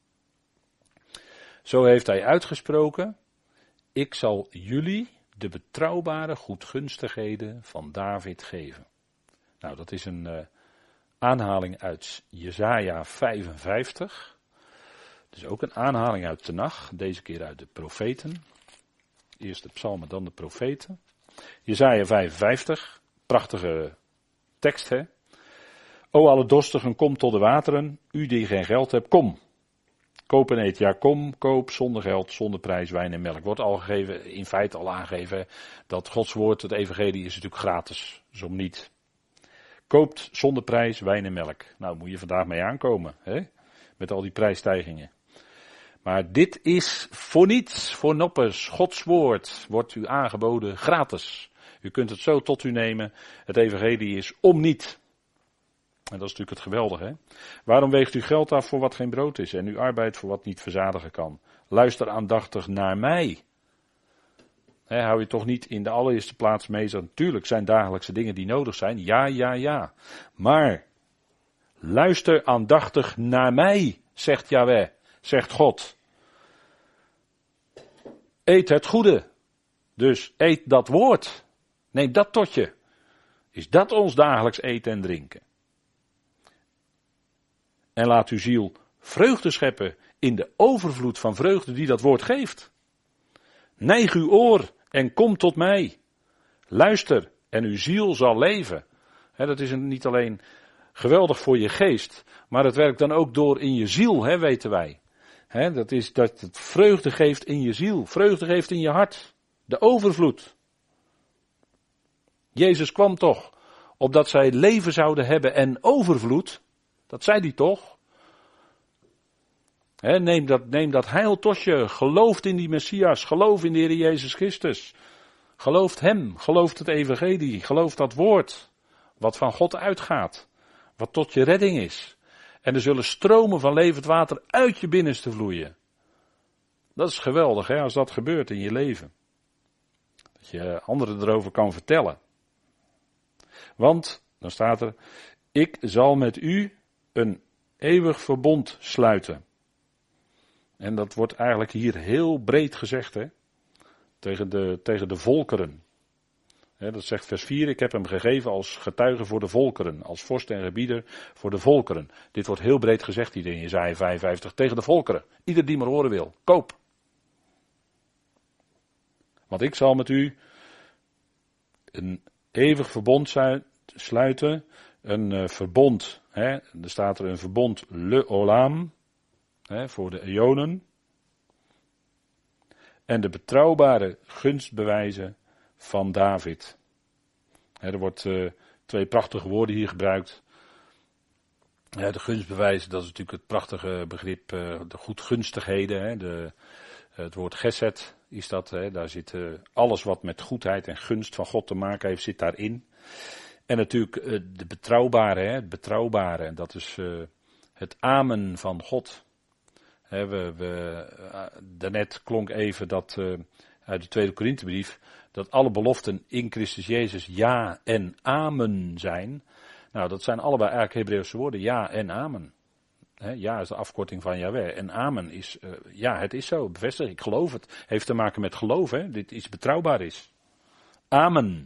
Zo heeft hij uitgesproken: ik zal jullie de betrouwbare goedgunstigheden van David geven. Nou, dat is een aanhaling uit Jesaja 55. Dus ook een aanhaling uit Tenach, deze keer uit de profeten. Eerst de psalmen, dan de profeten. Jesaja 55, prachtige tekst, hè. O alle dorstigen, kom tot de wateren, u die geen geld hebt, kom. Koop en eet, ja kom, koop zonder geld, zonder prijs, wijn en melk. Wordt al gegeven, in feite al aangegeven, dat Gods woord, het evangelie, is natuurlijk gratis, om niet. Koopt zonder prijs, wijn en melk. Nou, moet je vandaag mee aankomen, hè? Met al die prijsstijgingen. Maar dit is voor niets, voor noppes, Gods woord wordt u aangeboden gratis. U kunt het zo tot u nemen, het evangelie is om niet. En dat is natuurlijk het geweldige, hè? Waarom weegt u geld af voor wat geen brood is en uw arbeid voor wat niet verzadigen kan? Luister aandachtig naar mij. Hou je toch niet in de allereerste plaats mee, natuurlijk zijn dagelijkse dingen die nodig zijn, ja. Maar, luister aandachtig naar mij, zegt Yahweh, zegt God. Eet het goede, dus eet dat woord, neem dat tot je. Is dat ons dagelijks eten en drinken? En laat uw ziel vreugde scheppen in de overvloed van vreugde die dat woord geeft. Neig uw oor en kom tot mij. Luister en uw ziel zal leven. Dat is niet alleen geweldig voor je geest, maar het werkt dan ook door in je ziel, weten wij. Dat is dat het vreugde geeft in je ziel, vreugde geeft in je hart. De overvloed. Jezus kwam toch, opdat zij leven zouden hebben en overvloed. Dat zei hij toch? Neem dat heil tot je. Geloof in die Messias. Geloof in de Heer Jezus Christus. Geloof hem. Geloof het evangelie. Geloof dat woord. Wat van God uitgaat. Wat tot je redding is. En er zullen stromen van levend water uit je binnenste vloeien. Dat is geweldig, als dat gebeurt in je leven. Dat je anderen erover kan vertellen. Want, dan staat er, ik zal met u een eeuwig verbond sluiten. En dat wordt eigenlijk hier heel breed gezegd, hè? Tegen de volkeren. Dat zegt vers 4, ik heb hem gegeven als getuige voor de volkeren, als vorst en gebieder voor de volkeren. Dit wordt heel breed gezegd hier in Jesaja 55, tegen de volkeren. Ieder die maar horen wil, koop. Want ik zal met u een eeuwig verbond sluiten, een verbond, er staat er een verbond le olam, voor de eonen. En de betrouwbare gunstbewijzen van David. Er wordt 2 prachtige woorden hier gebruikt. De gunstbewijzen, dat is natuurlijk het prachtige begrip, de goedgunstigheden. Het woord gesed is dat, daar zit alles wat met goedheid en gunst van God te maken heeft, zit daarin. En natuurlijk de betrouwbare, het betrouwbare, en dat is het amen van God. Daarnet klonk even dat uit de tweede Korinthebrief, dat alle beloften in Christus Jezus ja en amen zijn. Nou, dat zijn allebei eigenlijk Hebreeuwse woorden, ja en amen. Ja is de afkorting van Yahweh en amen is, ja het is zo, bevestig, ik geloof het. Heeft te maken met geloof, dit iets betrouwbaar is. Amen.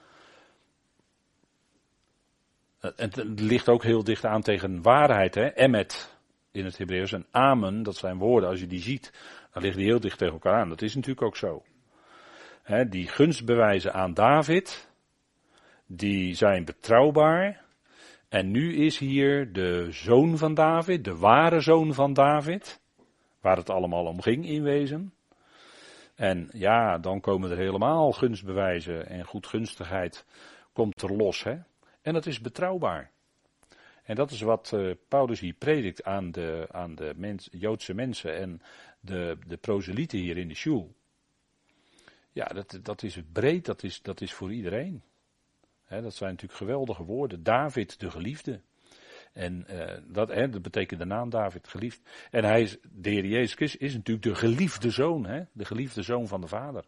Het ligt ook heel dicht aan tegen waarheid, emet in het Hebreeuws. En amen, dat zijn woorden, als je die ziet, dan liggen die heel dicht tegen elkaar aan. Dat is natuurlijk ook zo. Die gunstbewijzen aan David, die zijn betrouwbaar. En nu is hier de zoon van David, de ware zoon van David, waar het allemaal om ging in wezen. En ja, dan komen er helemaal gunstbewijzen en goedgunstigheid komt er los. En dat is betrouwbaar. En dat is wat Paulus hier predikt aan de Joodse mensen en de proselieten hier in de Sjoel. Ja, dat is breed, dat is voor iedereen. Dat zijn natuurlijk geweldige woorden. David, de geliefde. En dat betekent de naam David, geliefd. En de Heer Jezus Christus is natuurlijk de geliefde zoon, de geliefde zoon van de Vader.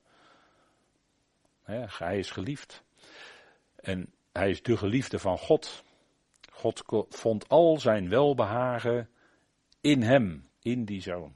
Hij is geliefd. En hij is de geliefde van God. God vond al zijn welbehagen in hem, in die zoon.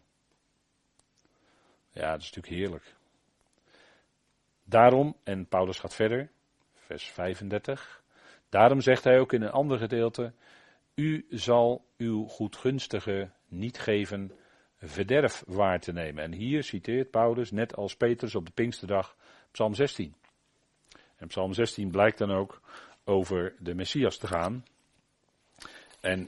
Ja, dat is natuurlijk heerlijk. Daarom, en Paulus gaat verder, vers 35. Daarom zegt hij ook in een ander gedeelte, u zal uw goedgunstige niet geven verderf waar te nemen. En hier citeert Paulus, net als Petrus op de Pinksterdag, Psalm 16. En Psalm 16 blijkt dan ook over de Messias te gaan. En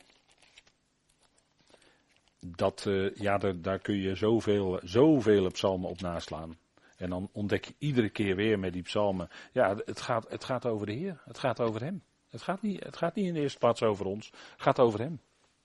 daar kun je zoveel psalmen op naslaan. En dan ontdek je iedere keer weer met die psalmen. Ja, het gaat over de Heer. Het gaat over hem. Het gaat niet in de eerste plaats over ons. Het gaat over hem.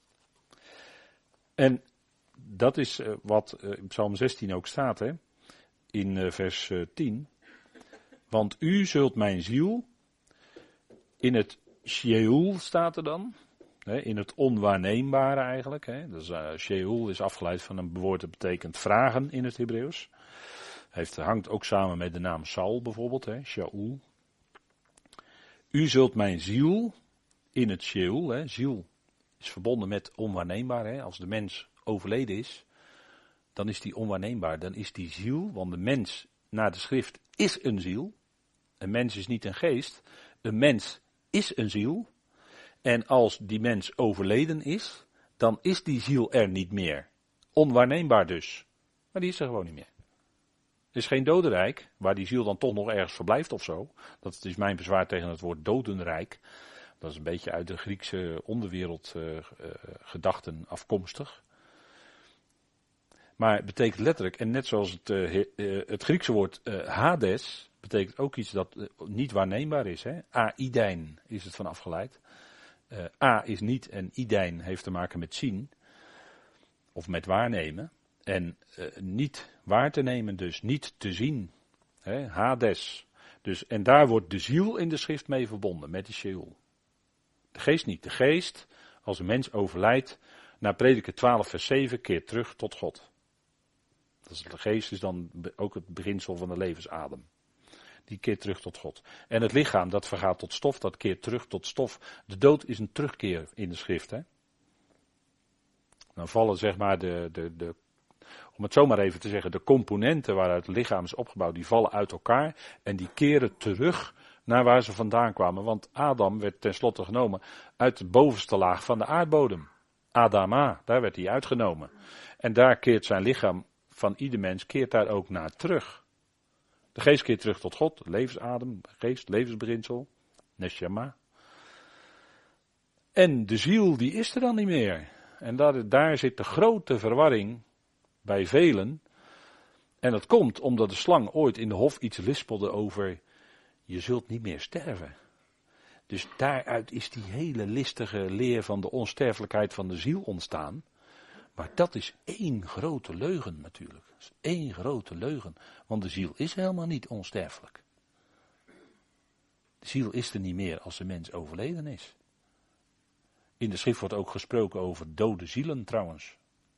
En dat is wat in Psalm 16 ook staat, in vers 10. Want u zult mijn ziel in het Sheol staat er dan. In het onwaarneembare eigenlijk. Dus, Sheol is afgeleid van een woord dat betekent vragen in het Hebreeuws. Hangt ook samen met de naam Saul bijvoorbeeld, Shaul. U zult mijn ziel in het Sheol, ziel is verbonden met onwaarneembaar. Als de mens overleden is, dan is die onwaarneembaar. Dan is die ziel, want de mens naar de schrift is een ziel. Een mens is niet een geest. Een mens is een ziel. En als die mens overleden is, dan is die ziel er niet meer. Onwaarneembaar dus. Maar die is er gewoon niet meer. Er is geen dodenrijk, waar die ziel dan toch nog ergens verblijft of zo. Dat is mijn bezwaar tegen het woord dodenrijk. Dat is een beetje uit de Griekse onderwereld gedachten afkomstig. Maar het betekent letterlijk, en net zoals het Griekse woord Hades, betekent ook iets dat niet waarneembaar is. Aidein is het van afgeleid. A is niet en idein heeft te maken met zien. Of met waarnemen. En niet waar te nemen dus, niet te zien. Hades. Dus, en daar wordt de ziel in de schrift mee verbonden, met die Sheol. De geest niet. De geest, als een mens overlijdt, naar Prediker 12 vers 7, keert terug tot God. De geest is dan ook het beginsel van de levensadem. die keert terug tot God. En het lichaam, dat vergaat tot stof, dat keert terug tot stof. De dood is een terugkeer in de schrift. Hè? Dan vallen zeg maar om het zomaar even te zeggen, de componenten waaruit het lichaam is opgebouwd, die vallen uit elkaar en die keren terug naar waar ze vandaan kwamen. Want Adam werd tenslotte genomen uit de bovenste laag van de aardbodem. Adama, daar werd hij uitgenomen. En daar keert zijn lichaam van ieder mens, keert daar ook naar terug. De geest keert terug tot God, levensadem, geest, levensbeginsel, neshama. En de ziel, die is er dan niet meer. En daar zit de grote verwarring bij velen. En dat komt omdat de slang ooit in de hof iets lispelde over, je zult niet meer sterven. Dus daaruit is die hele listige leer van de onsterfelijkheid van de ziel ontstaan. Maar dat is één grote leugen natuurlijk. Dat is één grote leugen. Want de ziel is helemaal niet onsterfelijk. De ziel is er niet meer als de mens overleden is. In de schrift wordt ook gesproken over dode zielen trouwens.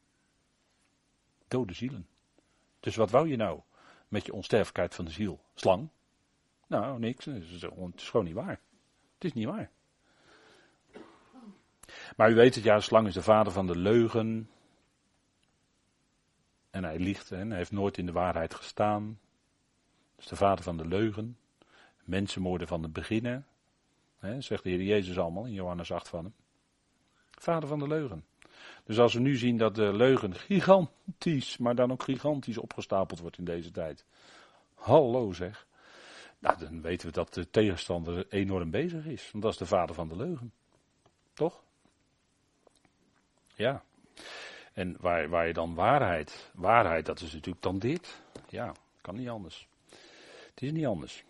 Dode zielen. Dus wat wou je nou met je onsterfelijkheid van de ziel? Slang? Nou, niks. Het is gewoon niet waar. Het is niet waar. Maar u weet het, ja, de slang is de vader van de leugen. En hij liegt en hij heeft nooit in de waarheid gestaan. Dat is de vader van de leugen. Mensenmoorden van het beginnen. Zegt de Heer Jezus allemaal in Johannes 8 van hem. Vader van de leugen. Dus als we nu zien dat de leugen gigantisch, maar dan ook gigantisch opgestapeld wordt in deze tijd. Hallo zeg. Nou, dan weten we dat de tegenstander enorm bezig is. Want dat is de vader van de leugen. Toch? Ja. En waar je dan waarheid, dat is natuurlijk dan dit. Ja, kan niet anders. Het is niet anders.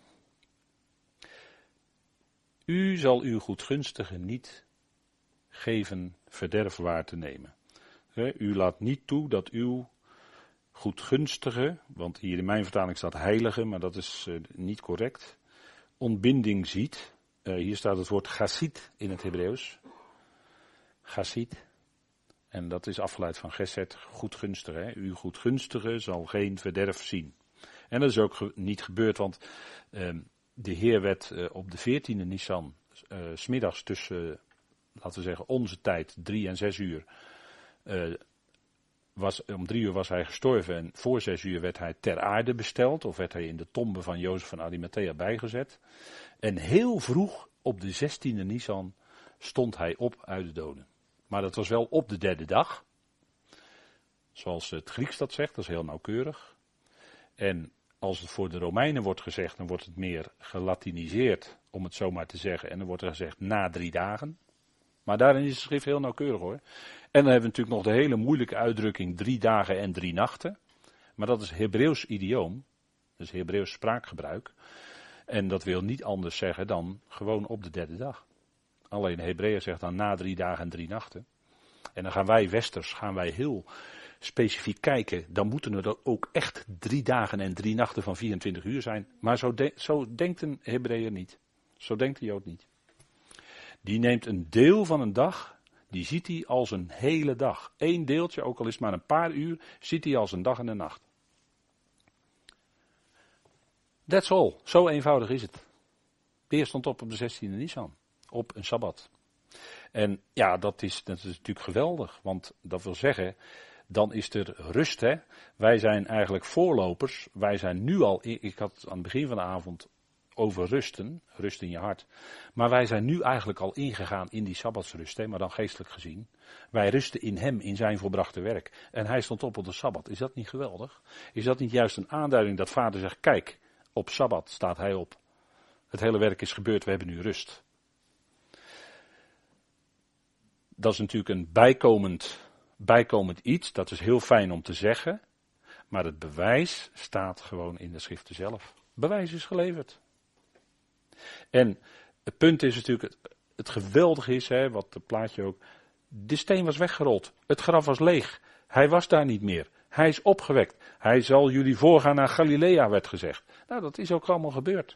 U zal uw goedgunstige niet geven verderf waar te nemen. U laat niet toe dat uw goedgunstige, want hier in mijn vertaling staat heilige, maar dat is niet correct, ontbinding ziet. Hier staat het woord chassid in het Hebreeuws. Chassid. En dat is afgeleid van geset, goedgunstige. Uw goedgunstige zal geen verderf zien. En dat is ook niet gebeurd, want de Heer werd op de 14e Nisan, 's middags tussen, laten we zeggen, onze tijd, 3 en 6 uur. Om 3 uur was hij gestorven en voor 6 uur werd hij ter aarde besteld. Of werd hij in de tombe van Jozef van Arimathea bijgezet. En heel vroeg op de 16e Nisan stond hij op uit de doden. Maar dat was wel op de 3e dag. Zoals het Grieks dat zegt, dat is heel nauwkeurig. En als het voor de Romeinen wordt gezegd, dan wordt het meer gelatiniseerd, om het zo maar te zeggen. En dan wordt er gezegd na 3 dagen. Maar daarin is de schrift heel nauwkeurig hoor. En dan hebben we natuurlijk nog de hele moeilijke uitdrukking 3 dagen en 3 nachten. Maar dat is Hebreeuws idioom. Dat is Hebreeuws spraakgebruik. En dat wil niet anders zeggen dan gewoon op de 3e dag. Alleen de Hebreeën zegt dan na 3 dagen en 3 nachten. En dan gaan wij westers heel specifiek kijken. Dan moeten er ook echt 3 dagen en 3 nachten van 24 uur zijn. Maar zo denkt een Hebreeër niet. Zo denkt de Jood niet. Die neemt een deel van een dag, die ziet hij als een hele dag. Eén deeltje, ook al is het maar een paar uur, ziet hij als een dag en een nacht. That's all. Zo eenvoudig is het. Peer stond op de 16e Nisan. Op een Sabbat. En ja, dat is natuurlijk geweldig. Want dat wil zeggen, dan is er rust. Hè? Wij zijn eigenlijk voorlopers. Wij zijn nu al, ik had het aan het begin van de avond over rusten. Rust in je hart. Maar wij zijn nu eigenlijk al ingegaan in die Sabbatsrust. Hè? Maar dan geestelijk gezien. Wij rusten in hem, in zijn volbrachte werk. En hij stond op de Sabbat. Is dat niet geweldig? Is dat niet juist een aanduiding dat vader zegt, kijk, op Sabbat staat hij op. Het hele werk is gebeurd, we hebben nu rust. Dat is natuurlijk een bijkomend iets, dat is heel fijn om te zeggen, maar het bewijs staat gewoon in de schriften zelf. Bewijs is geleverd. En het punt is natuurlijk, het geweldige is, hè, wat het plaatje ook, de steen was weggerold, het graf was leeg, hij was daar niet meer, hij is opgewekt, hij zal jullie voorgaan naar Galilea, werd gezegd. Nou, dat is ook allemaal gebeurd.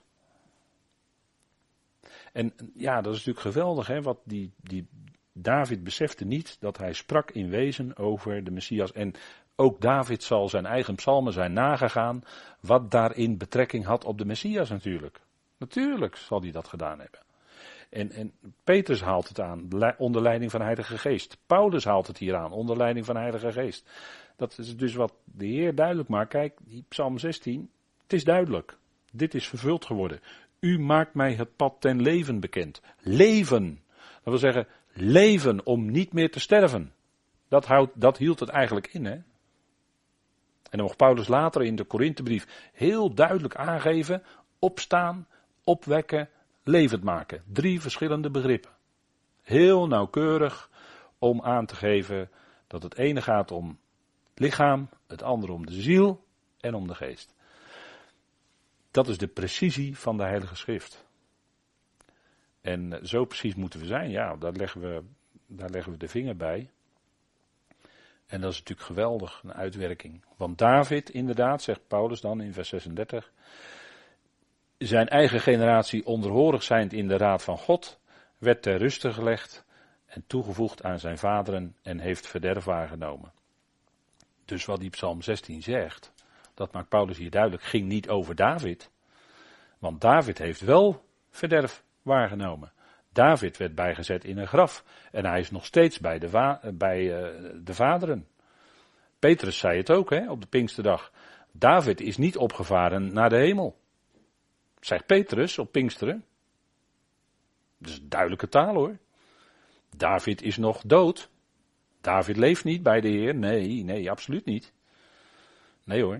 En ja, dat is natuurlijk geweldig, hè, wat die David besefte niet dat hij sprak in wezen over de Messias. En Ook David zal zijn eigen psalmen zijn nagegaan, wat daarin betrekking had op de Messias natuurlijk. Natuurlijk zal hij dat gedaan hebben. En Petrus haalt het aan, onder leiding van de Heilige Geest. Paulus haalt het hier aan, onder leiding van de Heilige Geest. Dat is dus wat de Heer duidelijk maakt. Kijk, die Psalm 16, het is duidelijk. Dit is vervuld geworden. U maakt mij het pad ten leven bekend. Leven. Dat wil zeggen, leven om niet meer te sterven. Dat hield het eigenlijk in, hè. En dan mocht Paulus later in de Korinthebrief heel duidelijk aangeven, opstaan, opwekken, levend maken. 3 verschillende begrippen. Heel nauwkeurig om aan te geven dat het ene gaat om het lichaam, het andere om de ziel en om de geest. Dat is de precisie van de Heilige Schrift. En zo precies moeten we zijn, ja, daar leggen we de vinger bij. En dat is natuurlijk geweldig, een uitwerking. Want David, inderdaad, zegt Paulus dan in vers 36, zijn eigen generatie onderhorig zijnd in de raad van God, werd ter ruste gelegd en toegevoegd aan zijn vaderen en heeft verderf waargenomen. Dus wat die Psalm 16 zegt, dat maakt Paulus hier duidelijk, ging niet over David. Want David heeft wel verderf waargenomen. David werd bijgezet in een graf en hij is nog steeds bij de vaderen. Petrus zei het ook, hè, op de Pinksterdag. David is niet opgevaren naar de hemel. Zegt Petrus op Pinksteren. Dat is duidelijke taal, hoor. David is nog dood. David leeft niet bij de Heer. Nee, absoluut niet. Nee, hoor.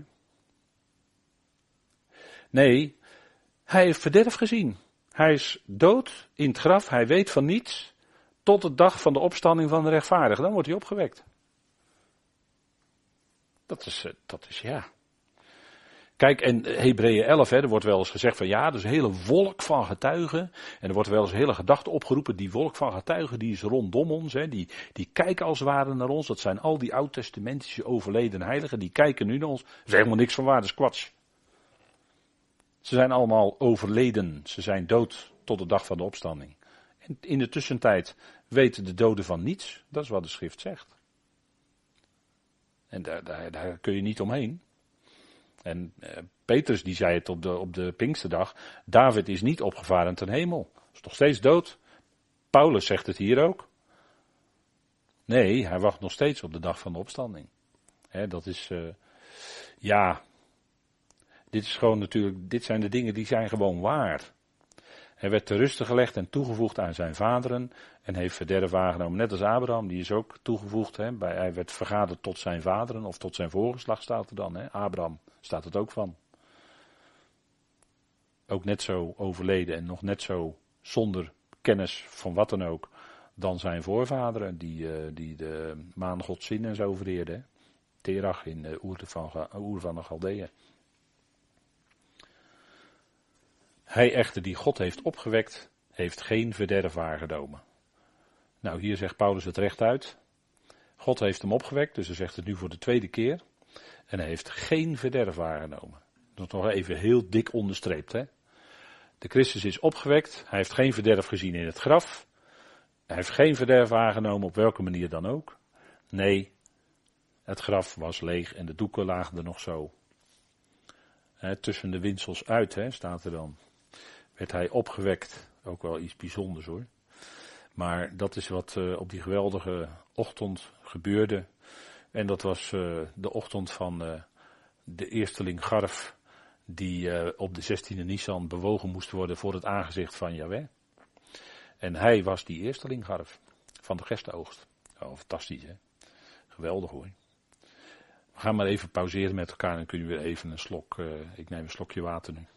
Nee, hij heeft verderf gezien. Hij is dood in het graf, hij weet van niets, tot de dag van de opstanding van de rechtvaardige. Dan wordt hij opgewekt. Dat is ja. Kijk, en Hebreeën 11, er wordt wel eens gezegd van ja, er is een hele wolk van getuigen. En er wordt wel eens een hele gedachte opgeroepen, die wolk van getuigen, die is rondom ons. Die kijken als het ware naar ons. Dat zijn al die oud-testamentische overleden heiligen, die kijken nu naar ons. Er is helemaal niks van waar, dat is kwats. Ze zijn allemaal overleden, ze zijn dood tot de dag van de opstanding. En in de tussentijd weten de doden van niets, dat is wat de schrift zegt. En daar kun je niet omheen. En Petrus die zei het op de Pinksterdag, David is niet opgevaren ten hemel, is nog steeds dood. Paulus zegt het hier ook. Nee, hij wacht nog steeds op de dag van de opstanding. Dat is, ja... Dit is gewoon natuurlijk, dit zijn de dingen die zijn gewoon waar. Hij werd ter ruste gelegd en toegevoegd aan zijn vaderen en heeft verderf waargenomen. Net als Abraham, die is ook toegevoegd. Hij werd vergaderd tot zijn vaderen of tot zijn voorgeslacht staat er dan. Abraham staat het ook van. Ook net zo overleden en nog net zo zonder kennis van wat dan ook dan zijn voorvaderen die de maangod Sin en zo vereerden. Terach in Oer van de Galdeeën. Hij echter die God heeft opgewekt, heeft geen verderf waargenomen. Nou, hier zegt Paulus het rechtuit. God heeft hem opgewekt, dus hij zegt het nu voor de tweede keer. En hij heeft geen verderf waargenomen. Dat is nog even heel dik onderstreept, hè. De Christus is opgewekt, hij heeft geen verderf gezien in het graf. Hij heeft geen verderf waargenomen op welke manier dan ook. Nee, het graf was leeg en de doeken lagen er nog zo. Tussen de windsels uit, staat er dan. Werd hij opgewekt. Ook wel iets bijzonders, hoor. Maar dat is wat op die geweldige ochtend gebeurde. En dat was de ochtend van de eersteling Garf, die op de 16e Nisan bewogen moest worden voor het aangezicht van Jahweh. En hij was die eersteling Garf van de gerstenoogst. Oh, fantastisch, hè. Geweldig, hoor. We gaan maar even pauzeren met elkaar en dan kunnen we even een slok, ik neem een slokje water nu.